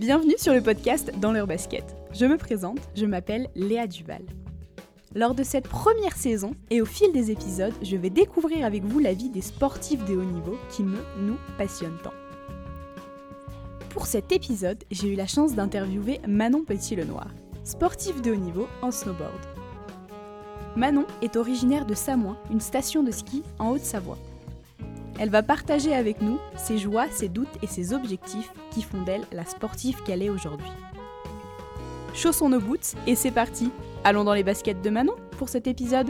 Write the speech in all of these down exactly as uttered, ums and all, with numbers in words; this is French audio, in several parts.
Bienvenue sur le podcast Dans leur basket. Je me présente, je m'appelle Léa Duval. Lors de cette première saison et au fil des épisodes, je vais découvrir avec vous la vie des sportifs de haut niveau qui me, nous, passionnent tant. Pour cet épisode, j'ai eu la chance d'interviewer Manon Petit-Lenoir, sportive de haut niveau en snowboard. Manon est originaire de Samoin, une station de ski en Haute-Savoie. Elle va partager avec nous ses joies, ses doutes et ses objectifs qui font d'elle la sportive qu'elle est aujourd'hui. Chaussons nos boots et c'est parti. Allons dans les baskets de Manon pour cet épisode.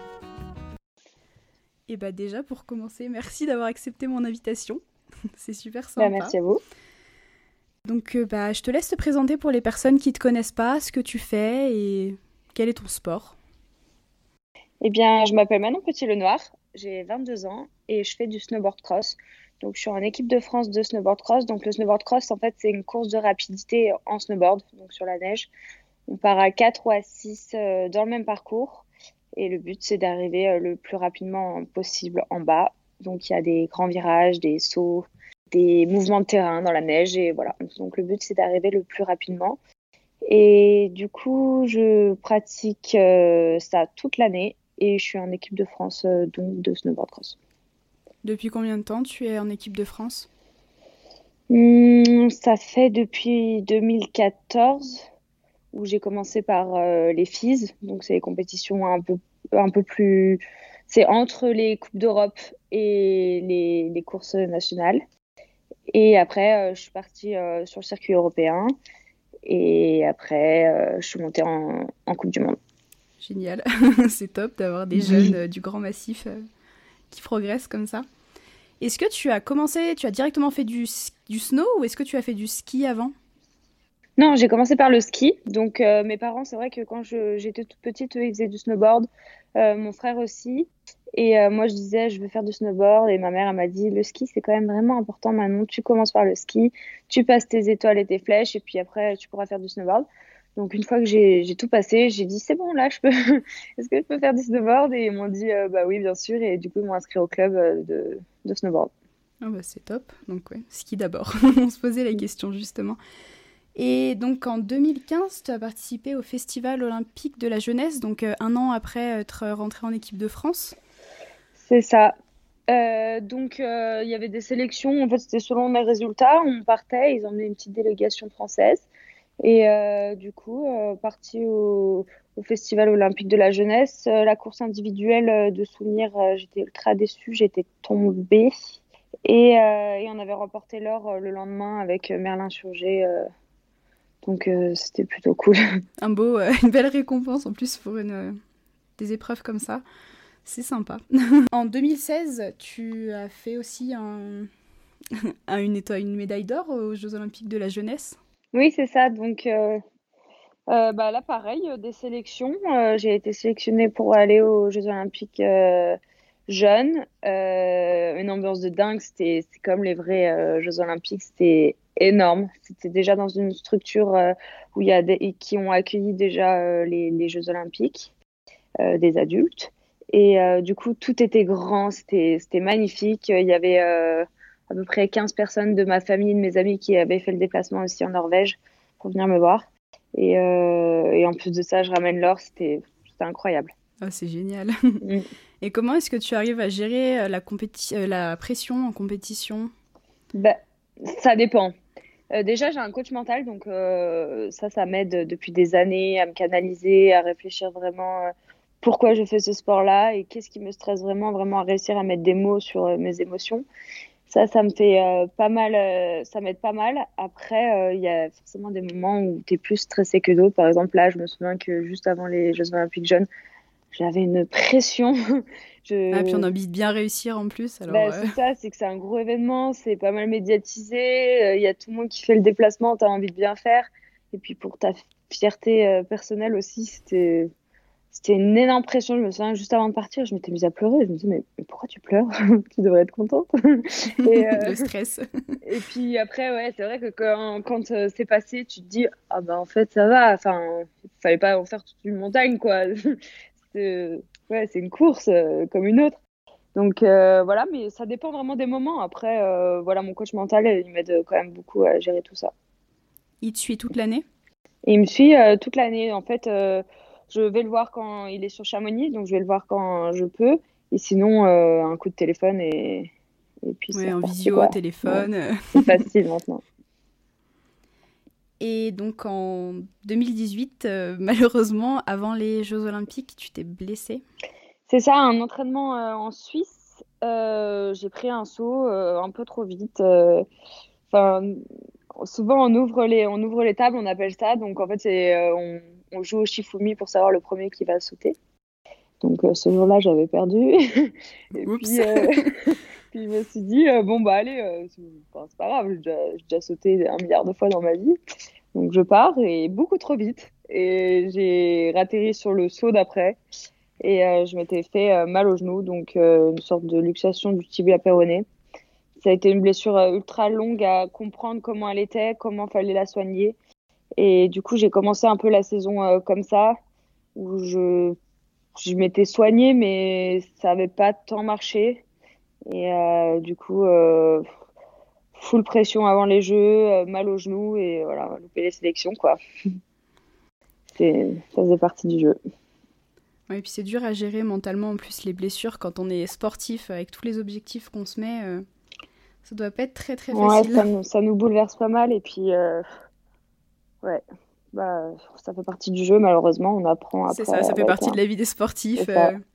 Et bah déjà pour commencer, merci d'avoir accepté mon invitation. C'est super sympa. Bah, merci à vous. Donc euh, bah, je te laisse te présenter pour les personnes qui ne te connaissent pas, ce que tu fais et quel est ton sport. Eh bien, je m'appelle Manon Petit-Lenoir, j'ai vingt-deux ans et je fais du snowboard cross. Donc, je suis en équipe de France de snowboard cross. Donc, le snowboard cross, en fait, c'est une course de rapidité en snowboard, donc sur la neige. On part à quatre ou à six euh, dans le même parcours. Et le but, c'est d'arriver euh, le plus rapidement possible en bas. Donc, il y a des grands virages, des sauts, des mouvements de terrain dans la neige. Et voilà. Donc, le but, c'est d'arriver le plus rapidement. Et du coup, je pratique euh, ça toute l'année. Et je suis en équipe de France euh, donc de snowboard cross. Depuis combien de temps tu es en équipe de France ? Hum, ça fait depuis deux mille quatorze où j'ai commencé par euh, les F I S. Donc, c'est des compétitions un peu, un peu plus... C'est entre les Coupes d'Europe et les, les courses nationales. Et après, euh, je suis partie euh, sur le circuit européen. Et après, euh, je suis montée en, en Coupe du Monde. Génial, c'est top d'avoir des jeunes euh, du grand massif euh, qui progressent comme ça. Est-ce que tu as commencé, tu as directement fait du, du snow ou est-ce que tu as fait du ski avant ? Non, j'ai commencé par le ski. Donc, euh, mes parents, c'est vrai que quand je, j'étais toute petite, eux, ils faisaient du snowboard. Euh, mon frère aussi. Et euh, moi, je disais, je veux faire du snowboard. Et ma mère, elle m'a dit, le ski, c'est quand même vraiment important, Manon. Tu commences par le ski, tu passes tes étoiles et tes flèches, et puis après, tu pourras faire du snowboard. Donc, une fois que j'ai, j'ai tout passé, j'ai dit, c'est bon, là, je peux. Est-ce que je peux faire du snowboard ? Et ils m'ont dit, euh, bah oui, bien sûr. Et du coup, ils m'ont inscrit au club euh, de, de snowboard. Ah bah c'est top. Donc, ouais, ski d'abord. On se posait la question, justement. Et donc en deux mille quinze, tu as participé au Festival olympique de la jeunesse, donc euh, un an après être rentrée en équipe de France. C'est ça. Euh, donc, euh, il y avait des sélections. En fait, c'était selon mes résultats. On partait, ils emmenaient une petite délégation française. Et euh, du coup, euh, parti au, au Festival olympique de la jeunesse. Euh, la course individuelle euh, de souvenirs, euh, j'étais ultra déçue. J'étais tombée. Et, euh, et on avait remporté l'or euh, le lendemain avec euh, Merlin Surgé. Euh, donc, euh, c'était plutôt cool. Un beau, euh, une belle récompense en plus pour une, euh, des épreuves comme ça. C'est sympa. En deux mille seize, tu as fait aussi un, un, une, étoile, une médaille d'or aux Jeux olympiques de la jeunesse. Oui, c'est ça. Donc, euh, euh, bah là, pareil, euh, des sélections. Euh, j'ai été sélectionnée pour aller aux Jeux olympiques euh, jeunes. Euh, une ambiance de dingue. C'était, c'est comme les vrais euh, Jeux olympiques. C'était énorme. C'était déjà dans une structure euh, où il y a des, qui ont accueilli déjà euh, les, les Jeux olympiques euh, des adultes. Et euh, du coup, tout était grand. C'était, c'était magnifique. Il y avait euh, à peu près quinze personnes de ma famille, de mes amis qui avaient fait le déplacement aussi en Norvège pour venir me voir. Et, euh, et en plus de ça, je ramène l'or, c'était, c'était incroyable. Oh, c'est génial. Mm. Et comment est-ce que tu arrives à gérer la, compéti- euh, la pression en compétition ? Bah, ça dépend. Euh, déjà, j'ai un coach mental, donc euh, ça, ça m'aide depuis des années à me canaliser, à réfléchir vraiment euh, pourquoi je fais ce sport-là et qu'est-ce qui me stresse vraiment, vraiment à réussir à mettre des mots sur euh, mes émotions. Ça, ça me fait euh, pas mal, euh, ça m'aide pas mal. Après, il euh, y a forcément des moments où tu es plus stressé que d'autres. Par exemple, là, je me souviens que juste avant les Jeux Olympiques jeunes, j'avais une pression. je... Ah, puis on a envie de bien réussir en plus. Alors, bah, euh... c'est ça, c'est que c'est un gros événement, c'est pas mal médiatisé. Il euh, y a tout le monde qui fait le déplacement, tu as envie de bien faire. Et puis pour ta fierté euh, personnelle aussi, c'était... C'était une énorme pression. Je me souviens, juste avant de partir, je m'étais mise à pleurer. Je me disais, mais, mais pourquoi tu pleures ? Tu devrais être contente. et, euh... Le stress. Et puis après, ouais, c'est vrai que quand, quand euh, c'est passé, tu te dis, ah bah en fait, ça va. Enfin, il fallait pas en faire toute une montagne, quoi. c'est, ouais, c'est une course euh, comme une autre. Donc euh, voilà, mais ça dépend vraiment des moments. Après, euh, voilà, mon coach mental, il m'aide quand même beaucoup à gérer tout ça. Il te suit toute l'année? Et il me suit euh, toute l'année. En fait, euh, je vais le voir quand il est sur Chamonix, donc je vais le voir quand je peux. Et sinon, euh, un coup de téléphone et, et puis c'est Ouais, en reparti, visio, quoi. Ouais, téléphone. euh. c'est facile maintenant. Et donc en deux mille dix-huit, euh, malheureusement, avant les Jeux Olympiques, tu t'es blessée. C'est ça, un entraînement euh, en Suisse. Euh, j'ai pris un saut euh, un peu trop vite. euh, Enfin, souvent on ouvre les on ouvre les tables, on appelle ça. Donc en fait, c'est euh, on, on joue au Shifumi pour savoir le premier qui va sauter. Donc euh, ce jour-là, j'avais perdu. Et Oups. puis, euh, puis je me suis dit euh, bon bah allez, euh, c'est enfin, c'est pas grave, j'ai déjà, j'ai déjà sauté un milliard de fois dans ma vie. Donc je pars et beaucoup trop vite. Et j'ai ratterri sur le saut d'après. Et euh, je m'étais fait euh, mal au genou, donc euh, une sorte de luxation du tibia péroné. Ça a été une blessure euh, ultra longue à comprendre comment elle était, comment fallait la soigner. Et du coup, j'ai commencé un peu la saison euh, comme ça, où je, je m'étais soignée, mais ça n'avait pas tant marché. Et euh, du coup, euh, full pression avant les jeux, euh, mal au genou, et voilà, loupé les sélections, quoi. C'est, ça faisait partie du jeu. Ouais, et puis c'est dur à gérer mentalement en plus les blessures quand on est sportif avec tous les objectifs qu'on se met. euh, ça doit pas être très très Ouais, facile. ça nous, ça nous bouleverse pas mal, et puis, euh, ouais, bah, ça fait partie du jeu, malheureusement. On apprend C'est après ça, ça fait avec, partie de hein. la vie des C'est sportifs. ça. euh.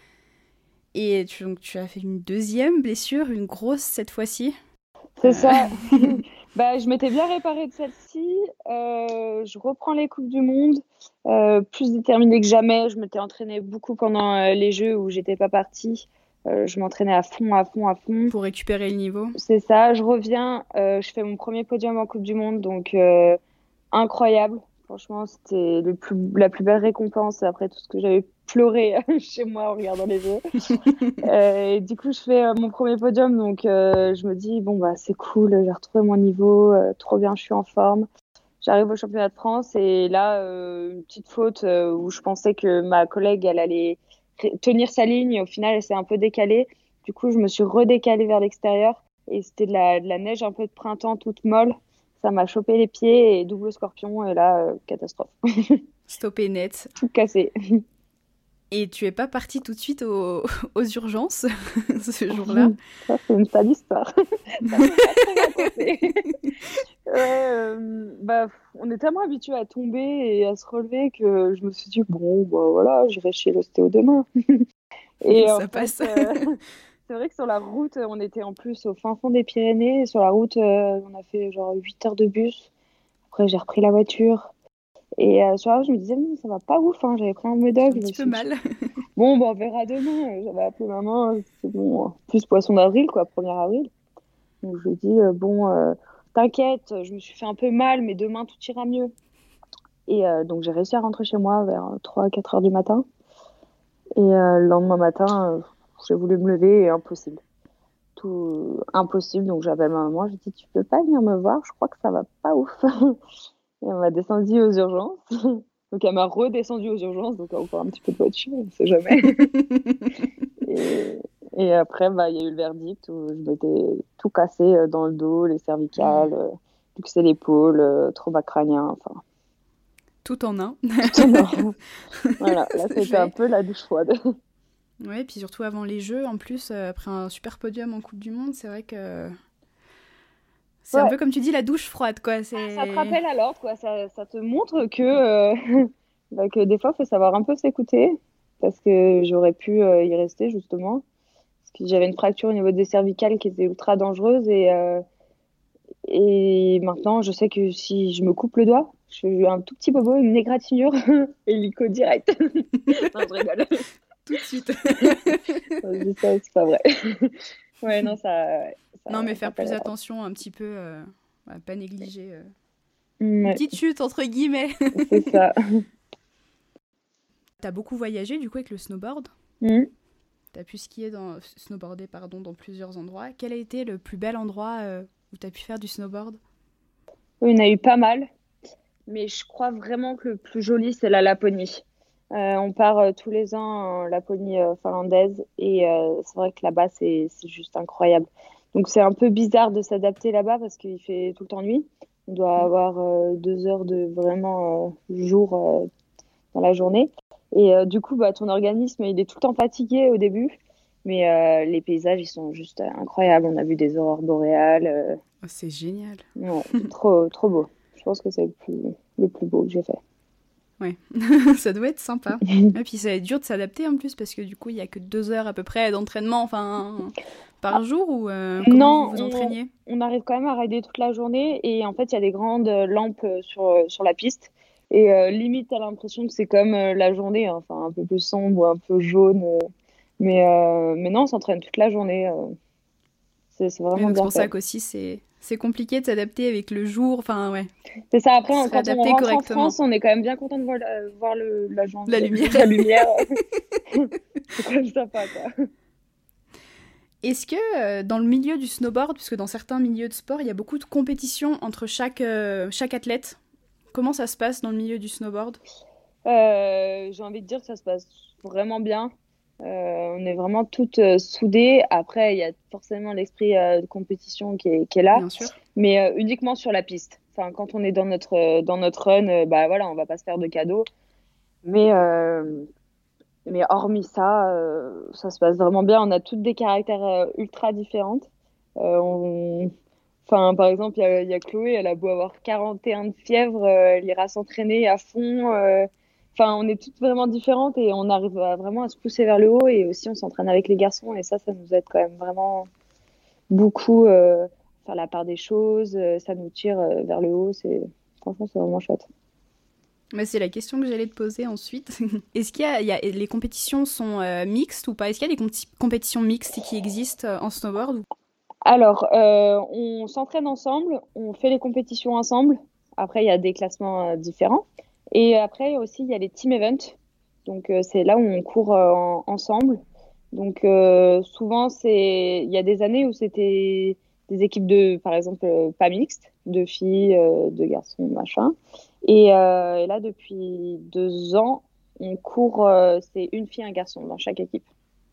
Et tu, donc, tu as fait une deuxième blessure, une grosse cette fois-ci. C'est Euh, ça. Bah, je m'étais bien réparée de celle-ci. Euh, je reprends les Coupes du Monde, euh, plus déterminée que jamais. Je m'étais entraînée beaucoup pendant euh, les Jeux où j'étais pas partie. Euh, je m'entraînais à fond, à fond, à fond. pour récupérer le niveau. C'est ça. Je reviens. Euh, je fais mon premier podium en Coupe du Monde, donc euh, incroyable. Franchement, c'était le plus, la plus belle récompense après tout ce que j'avais pleuré chez moi en regardant les Jeux. Euh, et du coup, je fais euh, mon premier podium, donc euh, je me dis, bon, bah, c'est cool, j'ai retrouvé mon niveau, euh, trop bien, je suis en forme. J'arrive au championnat de France et là, euh, une petite faute euh, où je pensais que ma collègue, elle allait ré- tenir sa ligne et au final, elle s'est un peu décalée. Du coup, je me suis redécalée vers l'extérieur et c'était de la, de la neige un peu de printemps toute molle. Ça m'a chopé les pieds et double scorpion et là, euh, catastrophe. Stoppé net. Tout cassé. Et tu es pas partie tout de suite aux, aux urgences ce jour-là. Ça, c'est une sale histoire. Ça, faut pas trop raconter. Ouais, euh, bah, on est tellement habitué à tomber et à se relever que je me suis dit, bon, bah voilà, j'irai chez l'ostéo demain. Et en Ça fait, passe. euh, c'est vrai que sur la route, on était en plus au fin fond des Pyrénées. Et sur la route, euh, on a fait genre huit heures de bus. Après, j'ai repris la voiture. Et euh, sur la route, je me disais, non, ça va pas ouf, hein. J'avais pris un J'ai médoc. un Je me petit peu suis dit, mal. bon, bah, on verra demain. J'avais appelé maman. C'est bon, plus poisson d'avril, quoi, premier avril. Donc, je lui ai dit, euh, bon, euh, t'inquiète, je me suis fait un peu mal, mais demain, tout ira mieux. Et euh, donc, j'ai réussi à rentrer chez moi vers trois quatre heures du matin. Et euh, le lendemain matin, euh, j'ai voulu me lever et impossible. Tout impossible. Donc, j'appelle ma maman. Je dis, tu peux pas venir me voir? Je crois que ça va pas ouf. Et elle m'a descendue aux urgences. Donc, elle m'a redescendue aux urgences. Donc, encore un petit peu de voiture, on sait jamais. Et, et après, bah, il y a eu le verdict où je m'étais tout cassé euh, dans le dos, les cervicales, euh, luxé l'épaule, euh, trauma crânien, enfin, Tout en un. tout en or. Voilà, là, C'est c'était un fait. peu la douche froide. Ouais, puis surtout avant les Jeux, en plus, euh, après un super podium en Coupe du Monde, c'est vrai que c'est un Ouais, peu comme tu dis, la douche froide, quoi. ça te C'est rappelle à l'ordre, quoi. Ça, ça te montre que, euh, bah, que des fois, il faut savoir un peu s'écouter. Parce que j'aurais pu euh, y rester, justement. Parce que j'avais une fracture au niveau des cervicales qui était ultra dangereuse. Et, euh, et maintenant, je sais que si je me coupe le doigt, je fais un tout petit bobo, une égratignure et lico direct. Non, je rigole. tout de suite. Je dis ça, c'est pas vrai. Ouais, non, ça, ça Non, mais faire rappelle plus à l'ordre. attention un petit peu, euh, ouais, pas négliger. euh. Une Ouais, petite chute, entre guillemets. c'est ça. T'as beaucoup voyagé, du coup, avec le snowboard. Mm. T'as pu skier dans, snowboarder pardon, dans plusieurs endroits. Quel a été le plus bel endroit euh, où t'as pu faire du snowboard? Oui, il y en a eu pas mal. Mais je crois vraiment que le plus joli, c'est la Laponie. Euh, on part euh, tous les ans en Laponie euh, finlandaise et euh, c'est vrai que là-bas, c'est c'est juste incroyable. Donc c'est un peu bizarre de s'adapter là-bas parce qu'il fait tout le temps nuit. On doit Mm. avoir euh, deux heures de vraiment euh, jour euh, dans la journée. Et euh, du coup, bah, ton organisme, il est tout le temps fatigué au début. Mais euh, les paysages, ils sont juste euh, incroyables. On a vu des aurores boréales. euh, Oh, c'est génial. ouais, trop, trop beau. Je pense que c'est le plus, le plus beau que j'ai fait. Ouais, ça doit être sympa. Et puis ça va être dur de s'adapter en plus parce que du coup il y a que deux heures à peu près d'entraînement, enfin par jour ou euh, comment vous Non, vous on, entraîniez? on arrive quand même à rider toute la journée et en fait, il y a des grandes euh, lampes euh, sur, euh, sur la piste. Et euh, limite, t'as l'impression que c'est comme euh, la journée, hein, enfin un peu plus sombre ou un peu jaune. euh. Mais, euh, mais non, on s'entraîne toute la journée. euh. C'est c'est Ouais, vraiment donc c'est bien pour ça fait. qu'aussi c'est c'est compliqué de s'adapter avec le jour, enfin ouais, C'est ça, après, se on- quand on réadapter rentre en correctement. France, on est quand même bien content de voir, la- voir le, la, jour- La lumière. la lumière. C'est quand même sympa, quoi. Est-ce que euh, dans le milieu du snowboard, puisque dans certains milieux de sport, il y a beaucoup de compétition entre chaque, euh, chaque athlète, comment ça se passe dans le milieu du snowboard? Euh, j'ai envie de dire que ça se passe vraiment bien. Euh, on est vraiment toutes euh, soudées. Après, il y a forcément l'esprit euh, de compétition qui est, qui est là, Bien sûr. mais euh, uniquement sur la piste. Enfin, quand on est dans notre, euh, dans notre run, euh, bah voilà, on va pas se faire de cadeaux. Mais, euh, mais hormis ça, euh, ça se passe vraiment bien. On a toutes des caractères euh, ultra différentes. Euh, on... Enfin, par exemple, il y a, il y a Chloé, elle a beau avoir quarante et un de fièvre, euh, elle ira s'entraîner à fond. euh. Enfin, on est toutes vraiment différentes et on arrive à, vraiment à se pousser vers le haut. Et aussi, on s'entraîne avec les garçons et ça, ça nous aide quand même vraiment beaucoup euh, à faire la part des choses. euh, Ça nous tire euh, vers le haut. C'est... Franchement, c'est vraiment chouette. Mais c'est la question que j'allais te poser ensuite. Est-ce qu'il y a, il y a- les compétitions sont euh, mixtes ou pas? Est-ce qu'il y a des compti- compétitions mixtes qui existent euh, en snowboard ou- Alors, euh, on s'entraîne ensemble, on fait les compétitions ensemble. Après, il y a des classements euh, différents. Et après aussi, il y a les team events. Donc, euh, c'est là où on court euh, en- ensemble. Donc, euh, souvent, c'est, il y a des années où c'était des équipes de, par exemple, euh, pas mixtes, de filles, euh, de garçons, machin. Et, euh, et là, depuis deux ans, on court, euh, c'est une fille, un garçon dans chaque équipe.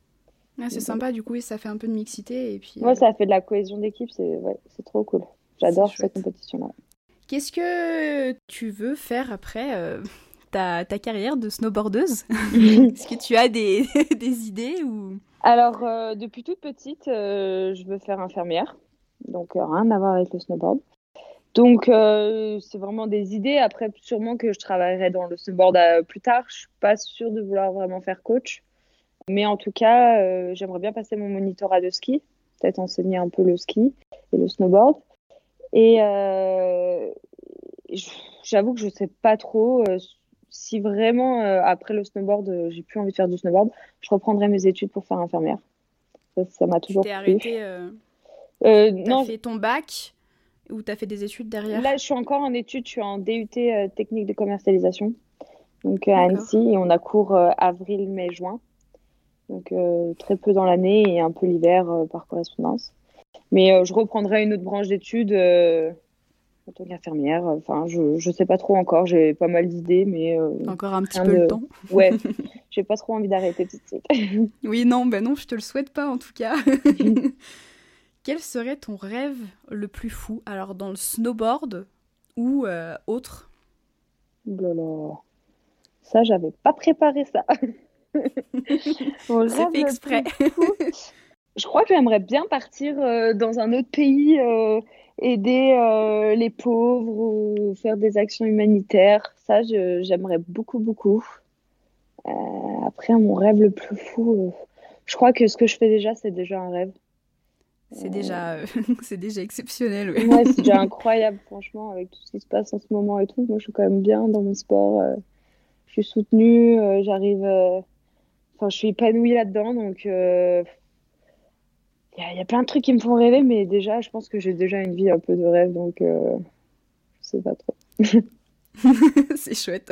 Ah, c'est Donc, voilà. sympa, du coup, et ça fait un peu de mixité et puis Ouais, euh, ça fait de la cohésion d'équipe, c'est ouais, c'est trop cool. c'est J'adore cette chouette. compétition-là. Qu'est-ce que tu veux faire après euh, ta, ta carrière de snowboardeuse? Est-ce que tu as des, des idées ou... Alors, euh, depuis toute petite, euh, je veux faire infirmière. Donc, euh, rien à voir avec le snowboard. Donc, euh, c'est vraiment des idées. Après, sûrement que je travaillerai dans le snowboard euh, plus tard. Je suis pas sûre de vouloir vraiment faire coach. Mais en tout cas, euh, j'aimerais bien passer mon monitorat de ski. Peut-être enseigner un peu le ski et le snowboard. Et euh, je- j'avoue que je sais pas trop euh, si vraiment, euh, après le snowboard, euh, j'ai plus envie de faire du snowboard, je reprendrai mes études pour faire infirmière. Ça, ça m'a Tu toujours t'es plu. arrêté, euh, Euh, t'as non, fait ton bac ou t'as fait des études là, derrière? je suis encore en études, je suis en D U T euh, technique de commercialisation, donc euh, à D'accord. Annecy, et on a cours euh, avril, mai, juin, donc euh, très peu dans l'année et un peu l'hiver euh, par correspondance. Mais euh, je reprendrai une autre branche d'études euh, en tant qu'infirmière. Enfin, je je sais pas trop encore, j'ai pas mal d'idées, mais euh, T'as encore un petit rien peu le de... temps. Ouais, j'ai pas trop envie d'arrêter tout de suite. Oui, non, ben non, je te le souhaite pas en tout cas. Quel serait ton rêve le plus fou? Alors, dans le snowboard ou euh, autre? Oh là là. Ça, j'avais pas préparé ça. Mon C'est rêve fait le exprès. plus fou. Je crois que j'aimerais bien partir euh, dans un autre pays, euh, aider euh, les pauvres ou faire des actions humanitaires. Ça, je- j'aimerais beaucoup, beaucoup. Euh, après, mon rêve le plus fou, euh, je crois que ce que je fais déjà, c'est déjà un rêve. C'est déjà, euh, c'est déjà exceptionnel, ouais. Ouais, c'est déjà incroyable, franchement, avec tout ce qui se passe en ce moment et tout. Moi, je suis quand même bien dans mon sport. euh, je suis soutenue, euh, j'arrive, euh, enfin, je suis épanouie là-dedans. Donc, euh, il y a, il y a plein de trucs qui me font rêver, mais déjà, je pense que j'ai déjà une vie un peu de rêve, donc euh, je sais pas trop. C'est chouette.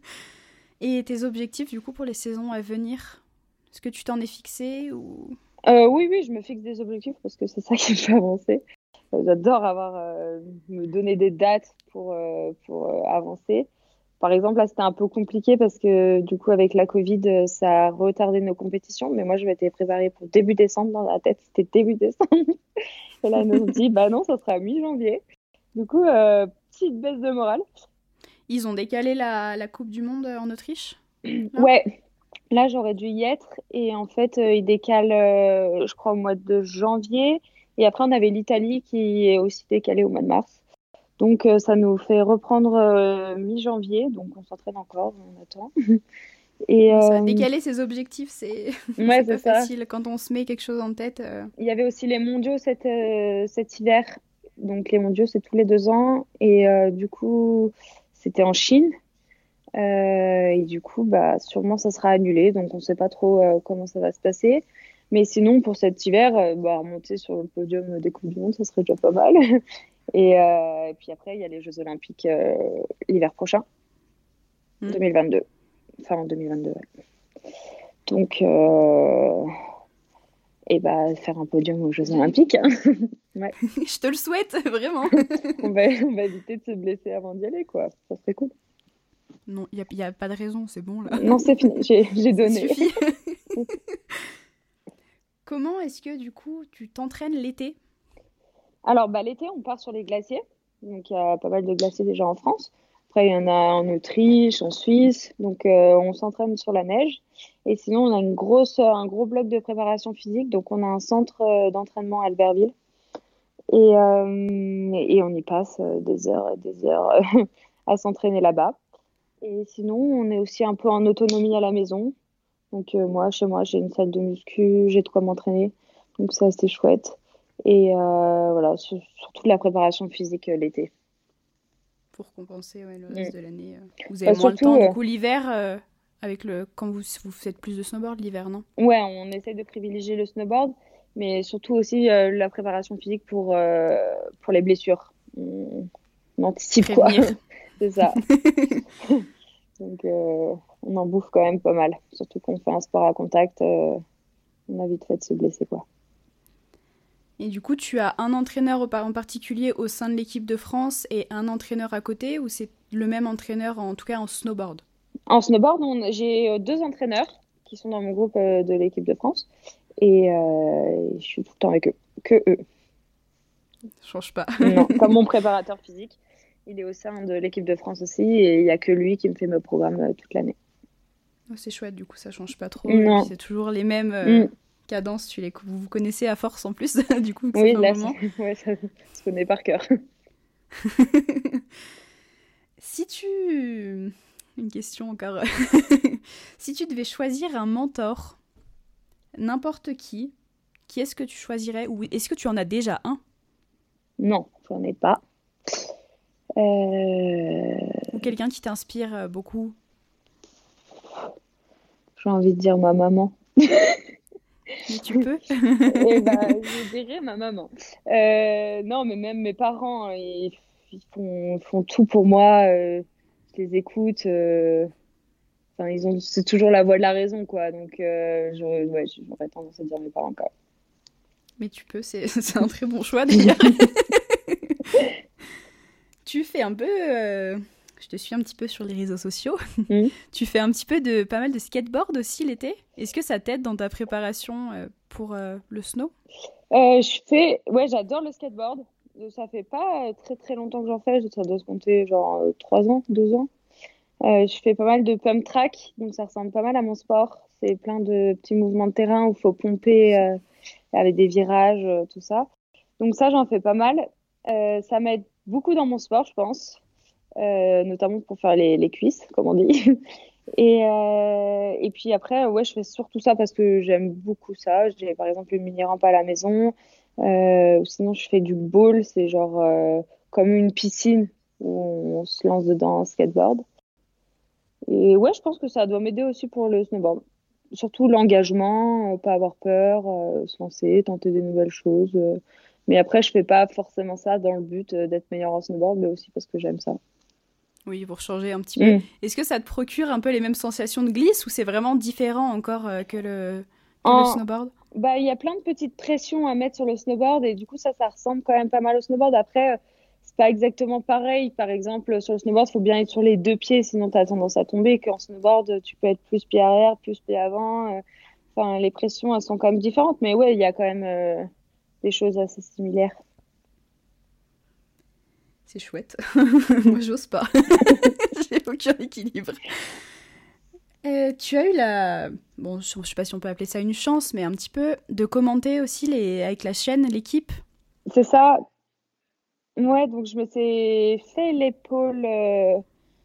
Et tes objectifs, du coup, pour les saisons à venir? Est-ce que tu t'en es fixé ou... Euh, oui, oui, je me fixe des objectifs parce que c'est ça qui me fait avancer. Euh, J'adore avoir, euh, me donner des dates pour, euh, pour euh, avancer. Par exemple, là, c'était un peu compliqué parce que du coup, avec la Covid, euh, ça a retardé nos compétitions. Mais moi, je m'étais préparée pour début décembre. Dans la tête, c'était début décembre. Et là, ils nous ont dit, bah non, ça sera mi-janvier. Du coup, euh, petite baisse de morale. Ils ont décalé la, la Coupe du Monde en Autriche là Ouais, là j'aurais dû y être et en fait euh, ils décalent, euh, je crois, au mois de janvier et après on avait l'Italie qui est aussi décalée au mois de mars. Donc euh, ça nous fait reprendre euh, mi-janvier, donc on s'entraîne encore, on attend. Et Oui, ça. euh, Décaler ses objectifs, c'est ouais, c'est c'est pas ça. facile quand on se met quelque chose en tête. euh. Il y avait aussi les mondiaux cet, euh, cet hiver. Donc les mondiaux, c'est tous les deux ans. Et euh, du coup, c'était en Chine. Euh, et du coup, bah, sûrement, ça sera annulé. Donc on ne sait pas trop euh, comment ça va se passer. Mais sinon, pour cet hiver, euh, bah, remonter sur le podium des Coupes du Monde, ça serait déjà pas mal. Et, euh, et puis après, il y a les Jeux Olympiques euh, l'hiver prochain, Mm. deux mille vingt-deux. Enfin, en deux mille vingt-deux, ouais. Donc, euh, et bah, faire un podium aux Jeux Olympiques. Ouais. Je te le souhaite, vraiment. on, va, on va éviter de se blesser avant d'y aller, quoi. Ça serait cool. Non, il n'y a, a pas de raison, c'est bon là. Non, c'est fini, j'ai, j'ai Ça donné. suffit. Comment est-ce que du coup tu t'entraînes l'été? Alors, bah, l'été, on part sur les glaciers. Donc, il y a pas mal de glaciers déjà en France. Après, il y en a en Autriche, en Suisse. Donc, euh, on s'entraîne sur la neige. Et sinon, on a une grosse, un gros bloc de préparation physique. Donc, on a un centre euh, d'entraînement à Albertville. Et, euh, et on y passe euh, des heures et des heures euh, à s'entraîner là-bas. Et sinon, on est aussi un peu en autonomie à la maison. Donc, euh, moi, chez moi, j'ai une salle de muscu, j'ai de quoi m'entraîner. Donc, ça, c'est chouette. Et euh, voilà, sur- surtout de la préparation physique euh, l'été. Pour compenser ouais, le Mm. reste de l'année. euh. Vous avez Bah, moins le surtout, temps, du euh, coup, l'hiver, euh, avec le quand vous, vous faites plus de snowboard l'hiver, non? ouais, on essaie de privilégier le snowboard, mais surtout aussi euh, la préparation physique pour, euh, pour les blessures. On, on anticipe, quoi. Prévenir. C'est ça. Donc, euh, on en bouffe quand même pas mal. Surtout qu'on fait un sport à contact, euh, on a vite fait de se blesser, quoi. Et du coup, tu as un entraîneur au- en particulier au sein de l'équipe de France et un entraîneur à côté, ou c'est le même entraîneur, en tout cas en snowboard? En snowboard, on- j'ai euh, deux entraîneurs qui sont dans mon groupe euh, de l'équipe de France et euh, je suis tout le temps avec eux, que eux. Ça change pas. Non, comme mon préparateur physique, il est au sein de l'équipe de France aussi et il n'y a que lui qui me fait mes programmes euh, toute l'année. Oh, c'est chouette, du coup, ça change pas trop. Et puis Non, c'est toujours les mêmes euh, Mm. cadences, tu les, vous vous connaissez à force en plus, du coup, que ça Oui, fait un là, moment. c'est- ouais, ça se connaît par cœur. Si tu... Une question encore. Si tu devais choisir un mentor, n'importe qui, qui est-ce que tu choisirais? Ou est-ce que tu en as déjà un? Non, j'en ai pas. Euh, Ou quelqu'un qui t'inspire euh, beaucoup? J'ai envie de dire ma maman. Mais tu peux. Et bah, je dirais ma maman. Euh, non, mais même mes parents, hein, ils, ils font, font tout pour moi. euh, je les écoute. euh, Enfin, ils ont, c'est toujours la voix de la raison, quoi. Donc, euh, j'aurais, ouais, j'aurais tendance à dire mes parents, quand Mais tu peux, c'est c'est un très bon choix d'ailleurs. Tu fais un peu... euh, Je te suis un petit peu sur les réseaux sociaux. même. Tu fais un petit peu de... pas mal de skateboard aussi l'été. Est-ce que ça t'aide dans ta préparation euh, pour euh, le snow? Euh, je fais, ouais, j'adore le skateboard. Euh, Ça fait pas euh, très très longtemps que j'en fais. Ça doit se compter genre euh, trois ans, deux ans. Euh, je fais pas mal de pump track, donc ça ressemble pas mal à mon sport. C'est plein de petits mouvements de terrain où il faut pomper euh, avec des virages, euh, tout ça. Donc ça, j'en fais pas mal. Euh, ça m'aide beaucoup dans mon sport, je pense, euh, notamment pour faire les, les cuisses, comme on dit. Et, euh, et puis après, ouais, je fais surtout ça parce que j'aime beaucoup ça. J'ai par exemple une mini rampe à la maison. Euh, ou sinon, je fais du bowl, c'est genre euh, comme une piscine où on se lance dedans en skateboard. Et ouais, je pense que ça doit m'aider aussi pour le snowboard. Surtout l'engagement, euh, pas avoir peur, euh, se lancer, tenter des nouvelles choses. euh. Mais après, je fais pas forcément ça dans le but euh, d'être meilleure en snowboard, mais aussi parce que j'aime ça. Oui, pour changer un petit peu. Mm. Est-ce que ça te procure un peu les mêmes sensations de glisse ou c'est vraiment différent encore euh, que le, que le En, snowboard? Bah, il y a plein de petites pressions à mettre sur le snowboard et du coup, ça, ça ressemble quand même pas mal au snowboard. Après, euh, c'est pas exactement pareil. Par exemple, sur le snowboard, il faut bien être sur les deux pieds, sinon tu as tendance à tomber. Qu'en snowboard, tu peux être plus pied arrière, plus pied avant. euh. Enfin, les pressions, elles sont quand même différentes. Mais ouais, il y a quand même euh, des choses assez similaires. C'est chouette. Moi, j'ose pas. J'ai aucun équilibre. Euh, tu as eu la... Bon, je sais pas si on peut appeler ça une chance, mais un petit peu de commenter aussi les... avec la chaîne, l'équipe. C'est ça. Ouais, donc je me suis fait l'épaule, euh,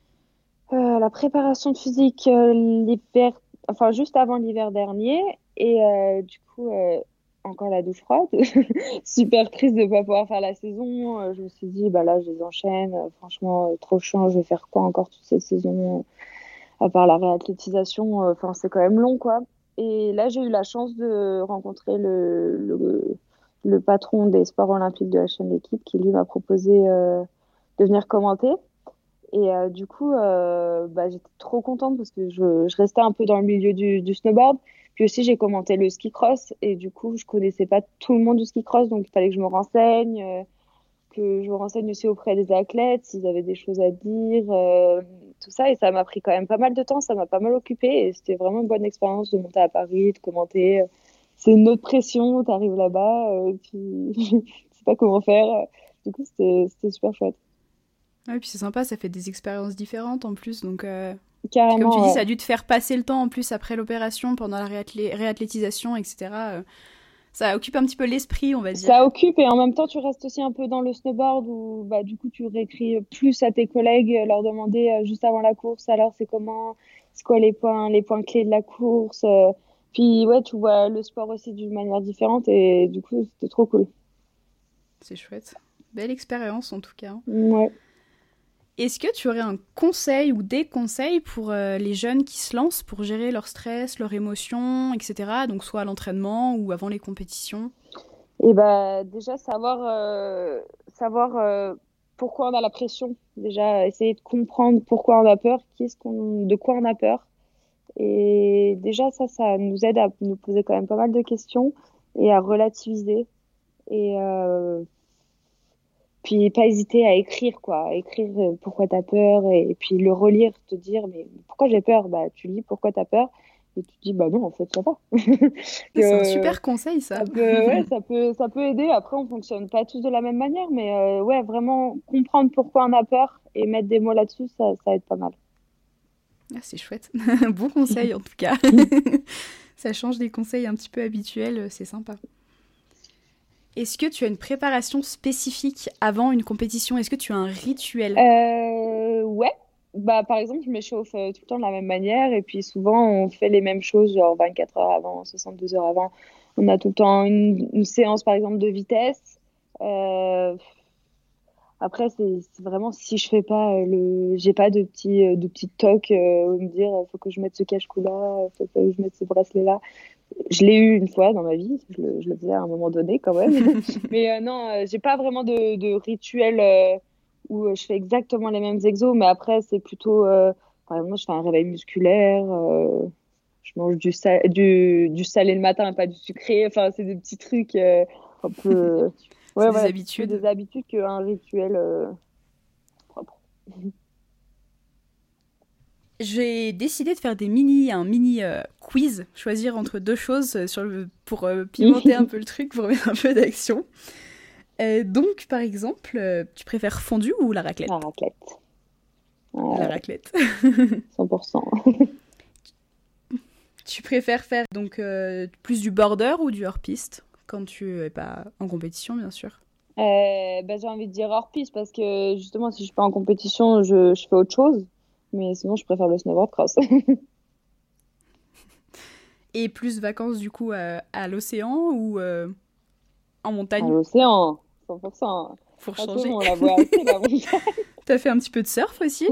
euh, la préparation physique euh, l'hiver, enfin juste avant l'hiver dernier. Et euh, du coup, euh, encore la douche froide. Super triste de ne pas pouvoir faire la saison. Euh, je me suis dit, bah là, je les enchaîne. Euh, franchement, euh, trop chiant. Je vais faire quoi encore toute cette saison, euh, à part la réathlétisation. euh, Enfin, c'est quand même long, quoi. Et là, j'ai eu la chance de rencontrer le, le, le patron des sports olympiques de la chaîne L'équipe qui, lui, m'a proposé euh, de venir commenter. Et euh, du coup, euh, bah, j'étais trop contente parce que je, je restais un peu dans le milieu du, du snowboard. Puis aussi, j'ai commenté le ski cross et du coup, je connaissais pas tout le monde du ski cross, donc il fallait que je me renseigne, euh, que je me renseigne aussi auprès des athlètes, s'ils avaient des choses à dire, euh, tout ça. Et ça m'a pris quand même pas mal de temps, ça m'a pas mal occupé et c'était vraiment une bonne expérience de monter à Paris, de commenter. C'est une autre pression, t'arrives là-bas, euh, tu sais pas comment faire. Du coup, c'était c'était super chouette. Ouais, puis c'est sympa, ça fait des expériences différentes en plus, donc... Euh... Puis comme tu Carrément, dis, ouais. ça a dû te faire passer le temps en plus après l'opération, pendant la réathlé- réathlétisation, et cetera. Euh, ça occupe un petit peu l'esprit, on va dire. Ça occupe et en même temps, tu restes aussi un peu dans le snowboard où bah, du coup, tu réécris plus à tes collègues, euh, leur demander euh, juste avant la course, alors c'est comment, c'est quoi les points, les points clés de la course. euh. Puis ouais, tu vois le sport aussi d'une manière différente et du coup, c'était trop cool. C'est chouette. Belle expérience en tout cas. Ouais. Est-ce que tu aurais un conseil ou des conseils pour euh, les jeunes qui se lancent pour gérer leur stress, leurs émotions, et cetera. Donc soit à l'entraînement ou avant les compétitions? Et bah déjà savoir euh, savoir euh, pourquoi on a la pression. Déjà essayer de comprendre pourquoi on a peur, qu'est-ce qu'on, de quoi on a peur. Et déjà, ça, ça nous aide à nous poser quand même pas mal de questions et à relativiser. Et euh, puis, pas hésiter à écrire, quoi. À écrire euh, pourquoi t'as peur et, et puis le relire, te dire, mais pourquoi j'ai peur? Bah, tu lis pourquoi t'as peur et tu te dis, bah non, en fait, ça va. C'est un Que super conseil ça. ça peut, ouais, ça peut, ça peut aider. Après, on fonctionne pas tous de la même manière, mais euh, ouais, vraiment comprendre pourquoi on a peur et mettre des mots là-dessus, ça, ça aide pas mal. Ah, c'est chouette. Bon conseil en tout cas. Ça change des conseils un petit peu habituels, c'est sympa. Est-ce que tu as une préparation spécifique avant une compétition? Est-ce que tu as un rituel? Euh, ouais. Bah, par exemple, je m'échauffe euh, tout le temps de la même manière et puis souvent on fait les mêmes choses, genre vingt-quatre heures avant, soixante-douze heures avant. On a tout le temps une, une séance, par exemple, de vitesse. Euh, Après, c'est c'est vraiment si je fais pas euh, le, j'ai pas de petit, euh, de petit toc euh, où me dire, faut que je mette ce cache-cou là, faut que je mette ce bracelet là. Je l'ai eu une fois dans ma vie, je le, je le faisais à un moment donné quand même. Mais euh, non, euh, j'ai pas vraiment de, de rituel euh, où euh, je fais exactement les mêmes exos, mais après, c'est plutôt, euh, par exemple, moi, je fais un réveil musculaire, euh, je mange du, sal, du, du salé le matin, pas du sucré. Enfin, c'est des petits trucs euh, un peu, euh, ouais, C'est des voilà, c'est plutôt habitudes. des habitudes qu'un rituel euh, propre. J'ai décidé de faire des mini, un mini euh, quiz, choisir entre deux choses euh, sur le, pour euh, pimenter un peu le truc, pour mettre un peu d'action. Euh, donc, par exemple, euh, tu préfères fondue ou la La raclette? raclette, La ouais, raclette. cent pour cent. Tu préfères faire donc euh, plus du border ou du hors-piste quand tu es pas en compétition, bien sûr. Euh, bah, j'ai envie de dire hors piste parce que justement, si je suis pas en compétition, je, je fais autre chose. Mais sinon, je préfère le snowboard cross. Et plus vacances du coup à, à l'océan ou euh, en À montagne l'océan, cent pour cent. pour Ah, c'est bon, changer. on la voit assez, la montagne. T'as fait un petit peu de surf aussi?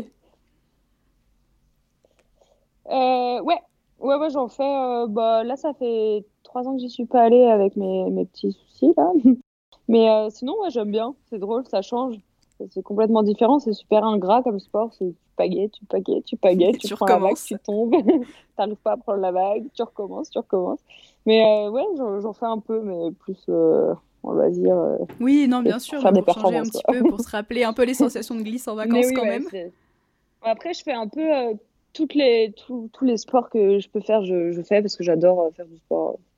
Euh, ouais, ouais, ouais, j'en fais. Euh, bah, là, ça fait trois ans que j'y suis pas allée avec mes, mes petits soucis, là. Mais euh, sinon, ouais, j'aime bien. C'est drôle, ça change. C'est complètement différent. C'est super ingrat comme sport. C'est tu pagaies, tu pagaies, tu pagaies, Et tu tu prends la vague, recommences. tu tombes. T'arrives pas à prendre la vague, tu recommences, tu recommences. Mais euh, ouais, j'en j'en fais un peu, mais plus euh, en loisir euh, Oui, non, et bien pour sûr, faire mais des pour changer un performances, petit quoi. peu, pour se rappeler un peu les sensations de glisse en Mais vacances oui, quand ouais, même. c'est. Après, je fais un peu euh, toutes les, tous tous les sports que je peux faire, je, je fais parce que j'adore euh, faire du sport.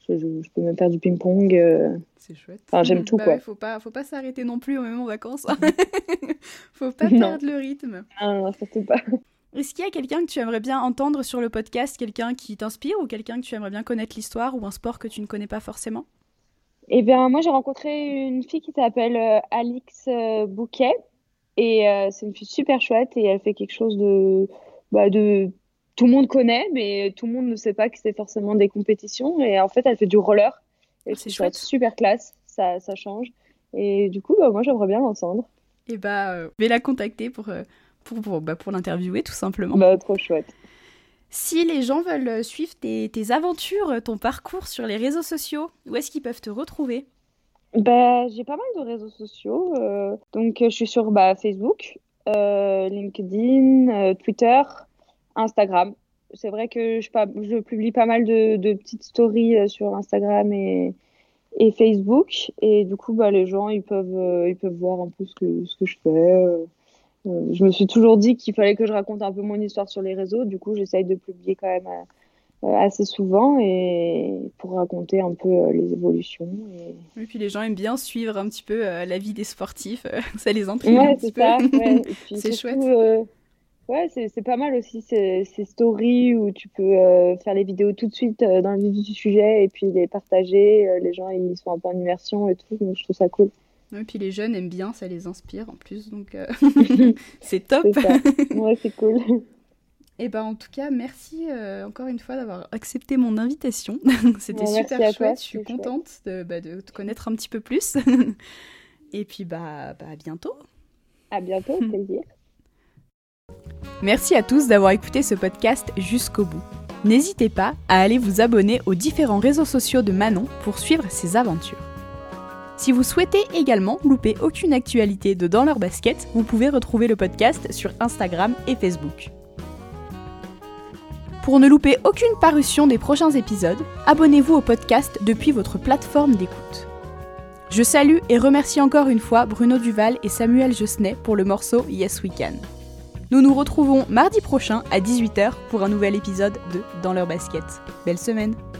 je, je peux même faire du ping-pong. Euh... C'est chouette. Enfin, j'aime tout, bah quoi. Ouais, faut pas, faut pas s'arrêter non plus, même en vacances. Faut pas perdre le rythme. Non, non, surtout pas. Est-ce qu'il y a quelqu'un que tu aimerais bien entendre sur le podcast, quelqu'un qui t'inspire ou quelqu'un que tu aimerais bien connaître l'histoire ou un sport que tu ne connais pas forcément? Eh bien, moi, j'ai rencontré une fille qui s'appelle euh, Alix euh, Bouquet. Et euh, c'est une fille super chouette et elle fait quelque chose de, bah, de... Tout le monde connaît, mais tout le monde ne sait pas que c'est forcément des compétitions. Et en fait, elle fait du roller. Et Oh, je c'est trouve chouette. ça super classe, ça, ça change. Et du coup, bah, moi, j'aimerais bien l'entendre. Et bah, euh, je vais la contacter pour, euh, pour, pour, bah, pour l'interviewer, tout simplement. Bah, trop chouette. Si les gens veulent suivre tes, tes aventures, ton parcours sur les réseaux sociaux, où est-ce qu'ils peuvent te retrouver? Bah, j'ai pas mal de réseaux sociaux. euh, donc, euh, je suis sur bah, Facebook, euh, LinkedIn, euh, Twitter, Instagram. C'est vrai que je, pas, je publie pas mal de, de petites stories euh, sur Instagram et, et Facebook. Et du coup, bah, les gens, ils peuvent, euh, ils peuvent voir un peu ce que, ce que je fais. euh. Euh, je me suis toujours dit qu'il fallait que je raconte un peu mon histoire sur les réseaux. Du coup, j'essaye de publier quand même euh, assez souvent et pour raconter un peu euh, les évolutions. Et... Et puis les gens aiment bien suivre un petit peu euh, la vie des sportifs, euh, ça les intrigue Ouais, un petit c'est peu. ça. Ouais. Et puis C'est surtout, chouette. euh, ouais, c'est, c'est pas mal aussi ces, ces stories où tu peux euh, faire les vidéos tout de suite euh, dans le vif du sujet et puis les partager. Euh, les gens, ils sont un peu en immersion et tout. Donc, je trouve ça cool. Et puis les jeunes aiment bien, ça les inspire en plus, donc euh, c'est top. C'est ça. Ouais, c'est cool. Et ben en tout cas, merci euh, encore une fois d'avoir accepté mon invitation. C'était Ouais, super merci à chouette, toi, je suis c'était contente de, bah, de te connaître un petit peu plus. Et puis bah, bah à bientôt. À bientôt, au plaisir. Merci à tous d'avoir écouté ce podcast jusqu'au bout. N'hésitez pas à aller vous abonner aux différents réseaux sociaux de Manon pour suivre ses aventures. Si vous souhaitez également louper aucune actualité de Dans leur basket, vous pouvez retrouver le podcast sur Instagram et Facebook. Pour ne louper aucune parution des prochains épisodes, abonnez-vous au podcast depuis votre plateforme d'écoute. Je salue et remercie encore une fois Bruno Duval et Samuel Jossenet pour le morceau Yes We Can. Nous nous retrouvons mardi prochain à dix-huit heures pour un nouvel épisode de Dans leur basket. Belle semaine!